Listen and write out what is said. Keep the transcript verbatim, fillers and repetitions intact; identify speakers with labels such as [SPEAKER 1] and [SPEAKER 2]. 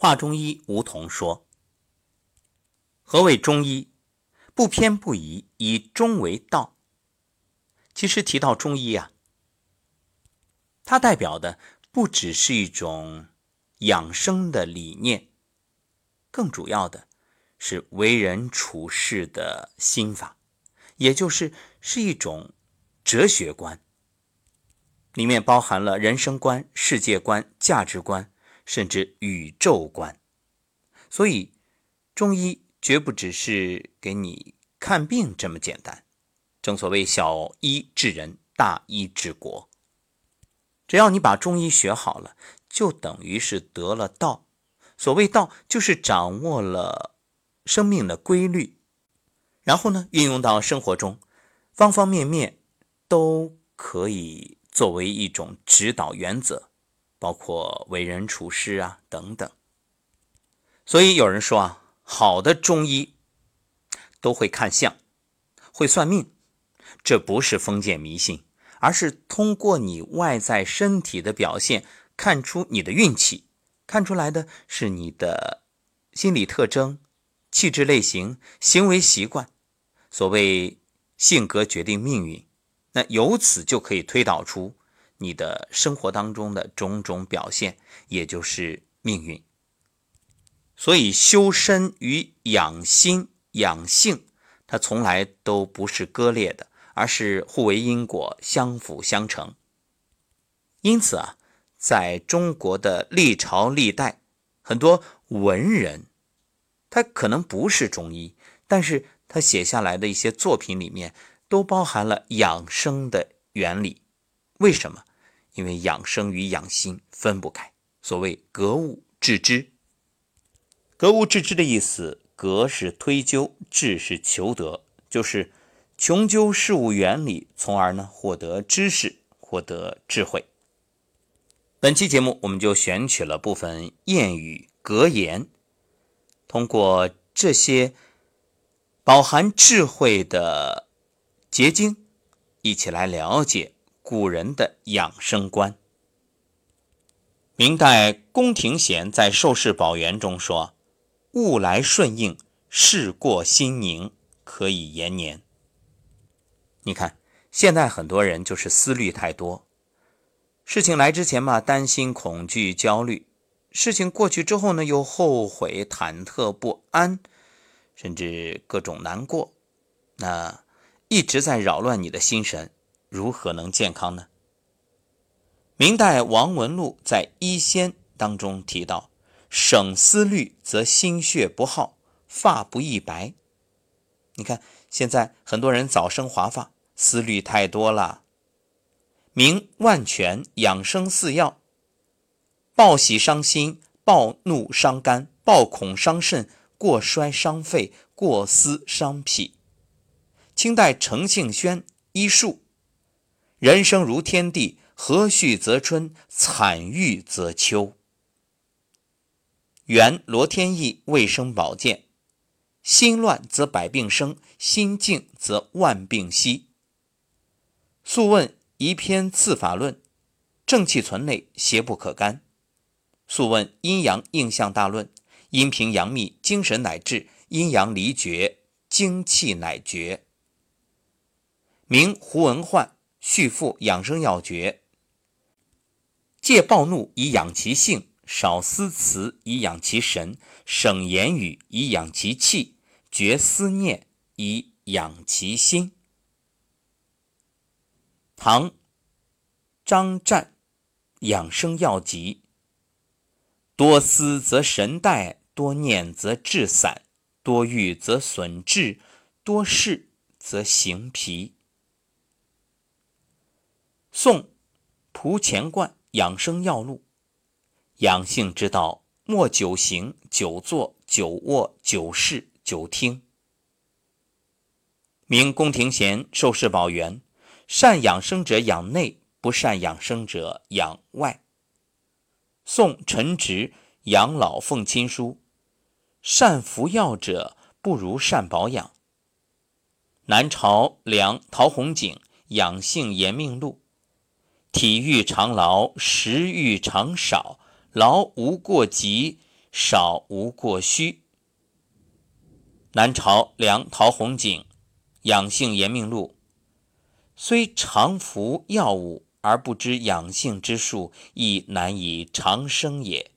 [SPEAKER 1] 华中医吴桐说，何谓中医？不偏不倚，以中为道。其实提到中医啊，它代表的不只是一种养生的理念，更主要的是为人处事的心法，也就是是一种哲学观，里面包含了人生观、世界观、价值观，甚至宇宙观。所以中医绝不只是给你看病这么简单，正所谓小医治人，大医治国。只要你把中医学好了，就等于是得了道。所谓道，就是掌握了生命的规律，然后呢，运用到生活中，方方面面都可以作为一种指导原则，包括为人处事啊等等。所以有人说啊，好的中医都会看相，会算命，这不是封建迷信，而是通过你外在身体的表现看出你的运气，看出来的是你的心理特征、气质类型、行为习惯。所谓性格决定命运，那由此就可以推导出你的生活当中的种种表现，也就是命运。所以修身与养心、养性，它从来都不是割裂的，而是互为因果，相辅相成。因此啊，在中国的历朝历代，很多文人他可能不是中医，但是他写下来的一些作品里面都包含了养生的原理。为什么？因为养生与养心分不开，所谓格物致知。格物致知的意思，格是推究，致是求得，就是穷究事物原理，从而呢获得知识，获得智慧。本期节目我们就选取了部分谚语格言，通过这些饱含智慧的结晶，一起来了解古人的养生观。明代宫廷贤在《受世宝元》中说，物来顺应，事过心宁，可以延年。你看现在很多人就是思虑太多，事情来之前嘛，担心恐惧焦虑，事情过去之后呢，又后悔忐忑不安，甚至各种难过，那一直在扰乱你的心神，如何能健康呢？明代王文禄在《医仙》当中提到，省思虑则心血不好，发不易白。你看现在很多人早生华发，思虑太多了。明万全养生四要，暴喜伤心，暴怒伤肝，暴恐伤肾，过衰伤肺，过思伤脾。清代程庆轩医术，人生如天地，和煦则春，惨郁则秋。原罗天益卫生保健，心乱则百病生，心静则万病息。素问遗篇次法论，正气存内，邪不可干。素问阴阳应象大论，阴平阳秘，精神乃治，阴阳离绝，精气乃绝。明胡文焕续赋养生要诀，戒暴怒以养其性，少思辞以养其神，省言语以养其气，绝思念以养其心。唐张湛养生要集，多思则神怠，多念则志散，多欲则损志，多事则行疲。宋蒲乾观养生要录，养性之道，莫久行，久坐，久卧，久视，久听。明宫廷贤受世宝元，善养生者养内，不善养生者养外。宋陈植养老奉亲书，善服药者不如善保养。南朝梁陶弘景养性延命录，体育常劳，食欲常少，劳无过急， 少无过虚。南朝梁陶弘景《养性延命录》，虽常服药物而不知养性之术，亦难以长生也。